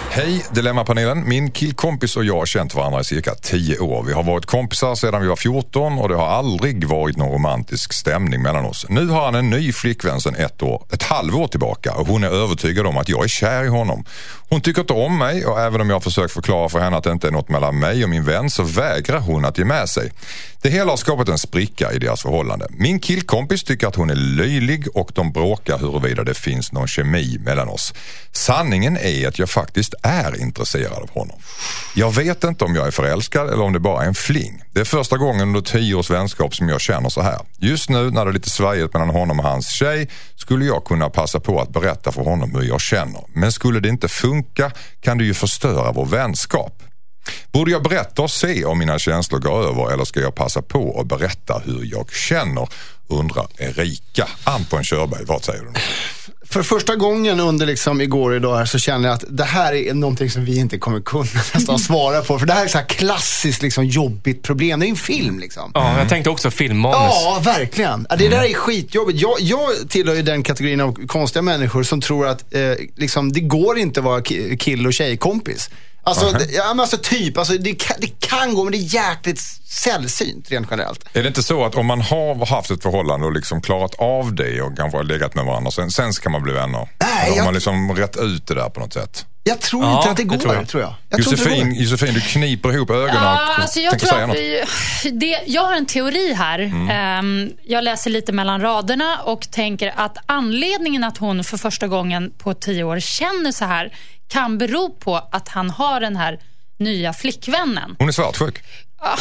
Hej Dilemmapanelen, min killkompis och jag har känt varandra i cirka tio år. Vi har varit kompisar sedan vi var fjorton och det har aldrig varit någon romantisk stämning mellan oss. Nu har han en ny flickvän sedan ett år, ett halvår tillbaka och hon är övertygad om att jag är kär i honom. Hon tycker inte om mig och även om jag har försökt förklara för henne att det inte är något mellan mig och min vän så vägrar hon att ge med sig. Det hela har skapat en spricka i deras förhållande. Min killkompis tycker att hon är löjlig och de bråkar huruvida det finns någon kemi mellan oss. Sanningen är att jag faktiskt är intresserad av honom. Jag vet inte om jag är förälskad eller om det bara är en fling. Det är första gången under tio års vänskap som jag känner så här. Just nu när det är lite svajigt mellan honom och hans tjej skulle jag kunna passa på att berätta för honom hur jag känner. Men skulle det inte funka kan det ju förstöra vår vänskap. Borde jag berätta och se om mina känslor går över eller ska jag passa på och berätta hur jag känner? Undrar Erika. Anton Körberg, vad säger du? För första gången under liksom igår och idag här så känner jag att det här är någonting som vi inte kommer kunna nästan svara på. För det här är så här klassiskt liksom jobbigt problem. Det är en film liksom. Ja, jag tänkte också filmmanus. Ja, verkligen. Det där är skitjobbigt. Jag, jag tillhör ju den kategorin av konstiga människor som tror att eh, liksom, det går inte att vara kill- och tjejkompis. Alltså, uh-huh. det, ja, men alltså typ, alltså, det, kan, det kan gå men det är jäkligt sällsynt rent generellt. Är det inte så att om man har haft ett förhållande och liksom klarat av det och kanske har legat med varandra sen, sen kan man bli vänner? Nej, Eller jag... har man liksom rätt ut det där på något sätt? Jag tror ja, inte att det går, det tror jag. tror jag. jag Josefin, tror Josefin, du kniper ihop ögonen ja, och alltså jag tänker tror säga att, något. det, jag har en teori här. Mm. Um, jag läser lite mellan raderna och tänker att anledningen att hon för första gången på tio år känner så här kan bero på att han har den här nya flickvännen. Hon är svartsjuk. Uh,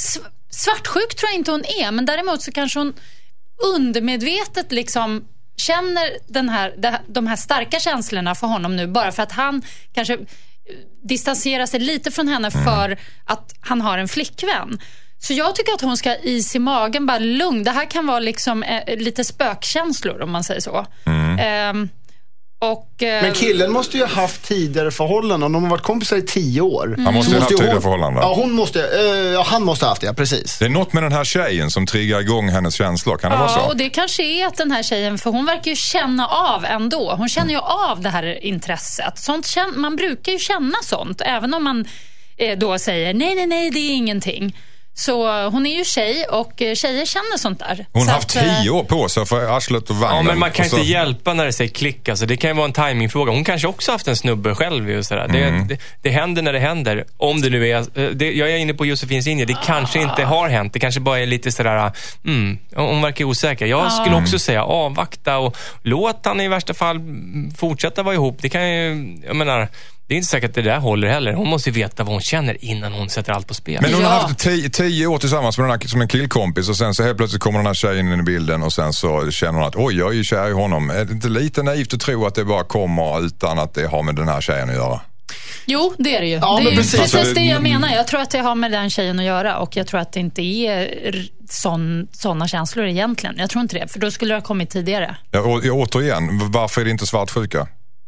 svartsjuk tror jag inte hon är, men däremot så kanske hon undermedvetet liksom känner den här, de här starka känslorna för honom nu bara för att han kanske distanserar sig lite från henne mm. för att han har en flickvän. Så jag tycker att hon ska ha is i magen, bara lugn. Det här kan vara liksom eh, lite spökkänslor om man säger så. Mm. Eh, och, eh, Men killen måste ju ha haft tidigare förhållanden. Om de har varit kompisar i tio år. Mm. Han måste ju ha haft tidigare hon, förhållanden. Ja, hon måste, eh, han måste ha haft det, ja, precis. Det är något med den här tjejen som triggar igång hennes känslor, kan det ja, vara så? Ja, och det kanske är att den här tjejen, för hon verkar ju känna av ändå. Hon känner ju av det här intresset. Sånt, man brukar ju känna sånt, även om man eh, då säger nej, nej, nej, det är ingenting. Så hon är ju tjej och tjejer känner sånt där. Hon har haft tio år på sig för arslet och vagnen. Ja, men man kan så... inte hjälpa när det säger klick. Alltså, det kan ju vara en timingfråga. Hon kanske också haft en snubbe själv. Och sådär. Mm. Det, det, det händer när det händer. Om det nu är... Det, jag är inne på Josefins linje. Det kanske inte har hänt. Det kanske bara är lite sådär... Mm, hon verkar osäker. Jag skulle också säga avvakta och låt han i värsta fall fortsätta vara ihop. Det kan ju... Jag menar... Det är inte säkert att det där håller heller. Hon måste ju veta vad hon känner innan hon sätter allt på spel. Men hon ja. har haft tio, tio år tillsammans med den här, som en killkompis och sen så helt plötsligt kommer den här tjejen in i bilden och sen så känner hon att oj, jag är ju kär i honom. Är det inte lite naivt att tro att det bara kommer utan att det har med den här tjejen att göra? Jo, det är det ju. Ja, det är precis, precis alltså, det det, jag menar. Jag tror att det har med den tjejen att göra och jag tror att det inte är sån, såna känslor egentligen. Jag tror inte det, för då skulle det ha kommit tidigare. Ja, och, återigen, varför är det inte svartsjuka?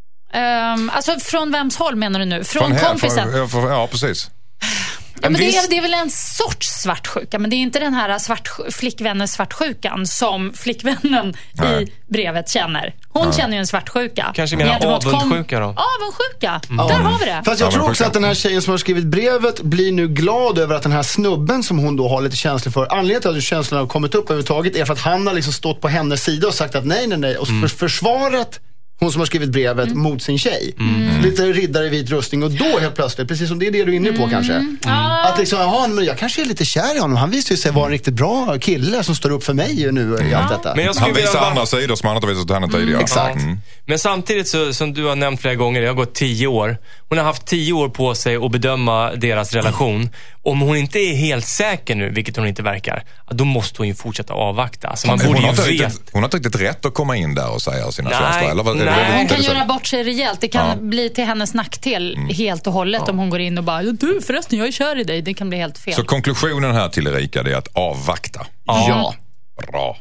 Um, alltså från vems håll menar du nu? Från, från här, kompisen? Från, från, ja, precis. Ja, men det, är, det är väl en sorts svartsjuka, men det är inte den här svart, flickvännens svartsjukan som flickvännen Nej. i brevet känner. Hon ja. känner ju en svartsjuka. Kanske menar avundsjuka då? Avundsjuka, mm. där har vi det. Fast jag tror också att den här tjejen som har skrivit brevet blir nu glad över att den här snubben som hon då har lite känslor för, anledningen till att känslorna har kommit upp överhuvudtaget är för att han har liksom stått på hennes sida och sagt att nej, nej, nej. Och mm. för försvaret hon som har skrivit brevet mm. mot sin tjej. Mm. Lite riddare i vit rustning. Och då helt plötsligt, precis som det är det du är inne på mm. kanske. Mm. Att liksom, ja, men jag kanske är lite kär i honom. Han visar ju sig vara en riktigt bra kille som står upp för mig nu i allt detta. Men jag han visar bara... andra sidor som han inte visat henne tidigare. Mm, exakt. Mm. Men samtidigt så, som du har nämnt flera gånger, det har gått tio år. Hon har haft tio år på sig att bedöma deras relation. Om hon inte är helt säker nu, vilket hon inte verkar, då måste hon ju fortsätta avvakta. Alltså man hon, borde har ju riktigt, vet... hon har inte riktigt rätt att komma in där och säga sina nej, känslor. Eller vad, nej. det, Hon kan det, göra bort sig rejält. Det kan ja. bli till hennes nackdel mm. helt och hållet ja. om hon går in och bara, du förresten, jag är kär i dig. Det kan bli helt fel. Så konklusionen här till Erika är att avvakta. Ja. ja. Bra.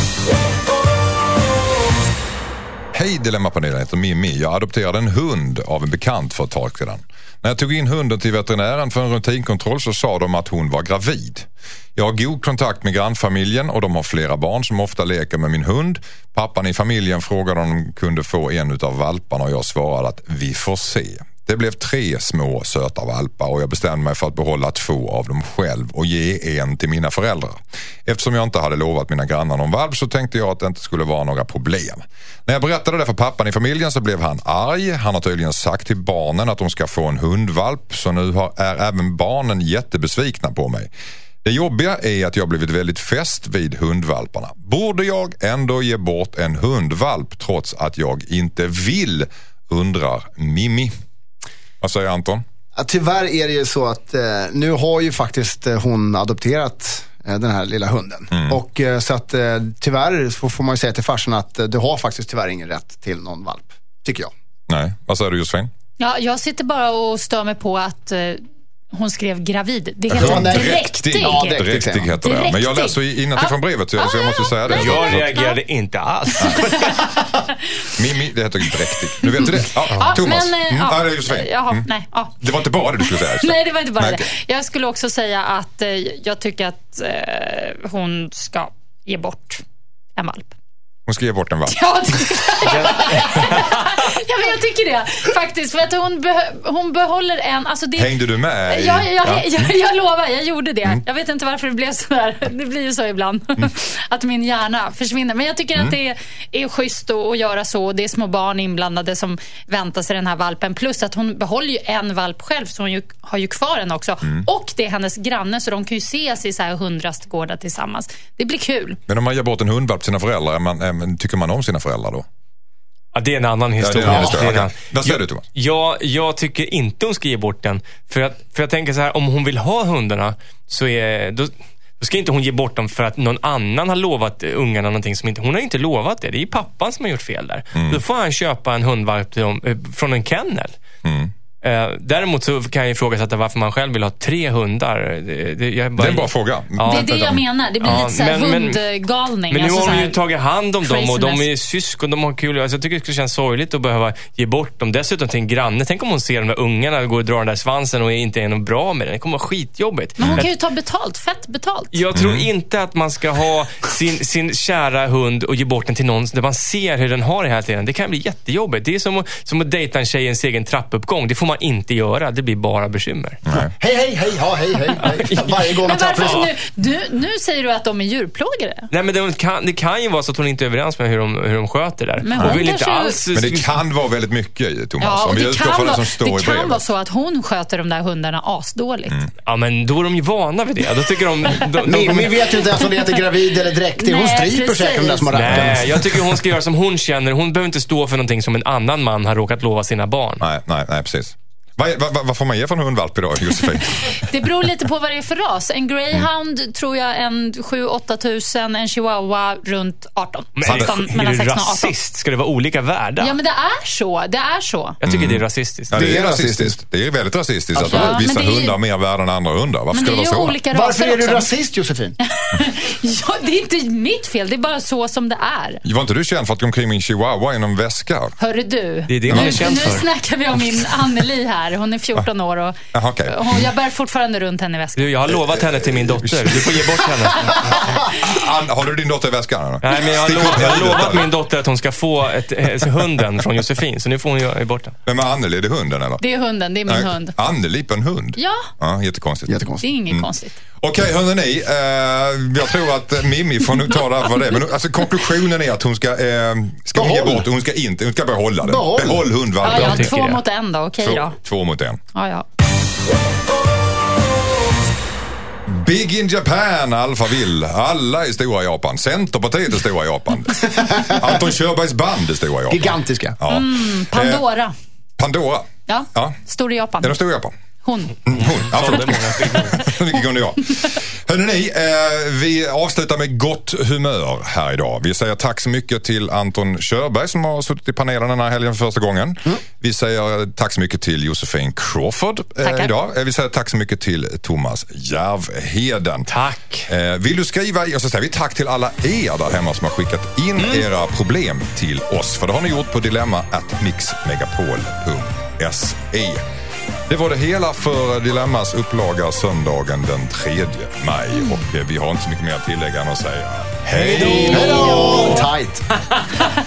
Hej Dilemmapanelen, heter Mimmi. Jag adopterade en hund av en bekant för ett tag sedan. När jag tog in hunden till veterinären för en rutinkontroll så sa de att hon var gravid. Jag har god kontakt med grannfamiljen och de har flera barn som ofta leker med min hund. Pappan i familjen frågade om de kunde få en av valparna och jag svarade att vi får se. Det blev tre små söta valpar och jag bestämde mig för att behålla två av dem själv och ge en till mina föräldrar. Eftersom jag inte hade lovat mina grannar någon valp så tänkte jag att det inte skulle vara några problem. När jag berättade det för pappan i familjen så blev han arg. Han har tydligen sagt till barnen att de ska få en hundvalp, så nu har, är även barnen jättebesvikna på mig. Det jobbiga är att jag blivit väldigt fäst vid hundvalparna. Borde jag ändå ge bort en hundvalp trots att jag inte vill, undrar Mimmi. Vad säger Anton? Ja, tyvärr är det ju så att eh, nu har ju faktiskt eh, hon adopterat eh, den här lilla hunden. Mm. Och eh, så att eh, tyvärr så får man ju säga till farsan att eh, du har faktiskt tyvärr ingen rätt till någon valp, tycker jag. Nej, vad säger du Josefin? Ja, jag sitter bara och stör mig på att eh, hon skrev gravid. Det heter ja, dräktig. Ja, dräktig heter det. Men jag läser innantill från brevet så jag måste säga det. Jag reagerade inte alls. Mimmi, det heter dräktig. Nu vet du det. Ja, ja, Thomas. Men, mm. ja, det är Josefin. Jaha, mm. nej, ja. Det var inte bara det du skulle säga. Nej, det var inte bara nej, det. okay. Jag skulle också säga att eh, jag tycker att eh, hon ska ge bort en valp. Hon ska ge bort en valp. Ja, det tycker jag. Ja, men jag tycker det. Faktiskt, för att hon, be- hon behåller en... Alltså det... Hängde du med? I... Ja, jag, jag, jag, jag lovar, jag gjorde det. Mm. Jag vet inte varför det blev så där. Det blir ju så ibland. Mm. Att min hjärna försvinner. Men jag tycker mm. att det är, är schysst att, att göra så. Det är små barn inblandade som väntar sig den här valpen. Plus att hon behåller ju en valp själv, så hon ju, har ju kvar en också. Mm. Och det är hennes granne, så de kan ju ses i så här hundrastgårdar tillsammans. Det blir kul. Men om man ger bort en hundvalp till sina föräldrar, man, men tycker man om sina föräldrar då? Ja, det är en annan historia. Ja, det är en annan. Vad säger du, Thomas? Ja, jag tycker inte hon ska ge bort den. För, att, för jag tänker så här, om hon vill ha hundarna så är, då, då ska inte hon ge bort dem för att någon annan har lovat ungarna någonting som inte... Hon har inte lovat det. Det är ju pappan som har gjort fel där. Mm. Då får han köpa en hundvalp till dem, eh, från en kennel. Mm. Uh, däremot så kan jag ifrågasätta varför man själv vill ha tre hundar. Det, det, jag bara... det är en bra fråga. Ja, det är det jag menar. Det blir ja, lite så här men, hundgalning. Men nu alltså har de ju tagit hand om dem och de är craziness. syskon, de har kul. Alltså, jag tycker det skulle kännas sorgligt att behöva ge bort dem. Dessutom till en granne. Tänk om hon ser de där ungarna gå och dra den där svansen och inte är något bra med den. Det kommer vara skitjobbigt. Men hon kan jag... ju ta betalt, fett betalt. Jag tror mm. inte att man ska ha sin, sin kära hund och ge bort den till någon där man ser hur den har det hela tiden. Det kan bli jättejobbigt. Det är som att, som att dejta en tjej i en egen trappuppgång. Det får man inte göra. Det blir bara bekymmer. Nej. Hej, hej, hej, ja, hej, hej, hej. Varje gång men varför nu, du, nu säger du att de är djurplågare. Nej, men det kan, det kan ju vara så att hon inte är överens med hur de, hur de sköter det. Men, hon vill inte alls... men det kan vara väldigt mycket, Thomas. Ja, om vi det kan, vara, det står det i kan vara så att hon sköter de där hundarna asdåligt. Mm. Ja, men då är de ju vana vid det. Då tycker de... de, de, de de vi vet ju inte ens om det heter gravid eller dräktig. Hon stryper säkert de där små racken. Nej, jag tycker hon ska göra som hon känner. Hon behöver inte stå för någonting som en annan man har råkat lova sina barn. Nej, nej, nej, precis. Vad, vad, vad får man ge för en hundvalp idag, Josefin? Det beror lite på vad det är för ras. En greyhound mm. tror jag en sju åtta tusen, en chihuahua runt arton. Men sexton, är, är du rasist? Ska det vara olika världar? Ja, men det är så. Det är så. Jag tycker mm. det är rasistiskt. Ja, det är rasistiskt. Det är väldigt rasistiskt att ja, vissa är, hundar mer värda än andra hundar. Varför ska det, det vara så? Varför är du också rasist, Josefin? Ja, det är inte mitt fel. Det är bara så som det är. Var inte du känd för att gå omkring min chihuahua i någon väska? Hörru du. Det är det man är känd för. Nu snackar vi om min Anneli här. Hon är fjorton år och Aha, okay. hon, jag bär fortfarande runt henne i väskan. Du, jag har lovat henne till min dotter. Du får ge bort henne. Har du din dotter i väskan? Nej, men jag har, lovat, jag har lovat min dotter att hon ska få ett, ett, hunden från Josefin. Så nu får hon ge bort den. Men med Anneli, är det hunden eller? Det är hunden, det är min Nej, hund. Anneli på en hund? Ja. Ja, jättekonstigt. jättekonstigt. Det är inget mm. konstigt. Okej, okay, hörni, eh, jag tror att Mimmi får nu ta det för det. Men alltså, konklusionen är att hon ska, eh, ska ge bort, hon ska inte, hon ska behålla den. Behåll, Behåll hundvalpen. Ja, ja, två mot en då, okej okay, då. Två mot en. Ja, ja. Big in Japan, Alphaville. Alla är stora i Japan. Centerpartiet är stora i Japan. Anton Körbergs band är stora i Japan. Gigantiska. Ja. Mm, Pandora. Eh, Pandora. Ja, ja, stor i Japan. Är de stora i Japan? Hon. Mm, hon. Ja, förlåt. Mycket kunde jag. Hörrni, eh, vi avslutar med gott humör här idag. Vi säger tack så mycket till Anton Körberg som har suttit i panelen den här helgen för första gången. Mm. Vi säger tack så mycket till Josefin Crawford eh, idag. Eh, vi säger tack så mycket till Thomas Järvheden. Tack. Eh, vill du skriva, och så säger vi tack till alla er där hemma som har skickat in mm. era problem till oss. För det har ni gjort på dilemma at mixmegapol punkt se. Det var det hela för Dilemmas upplaga söndagen den tredje maj. Och vi har inte så mycket mer att tillägga än att säga hej då! Hej då! Tight!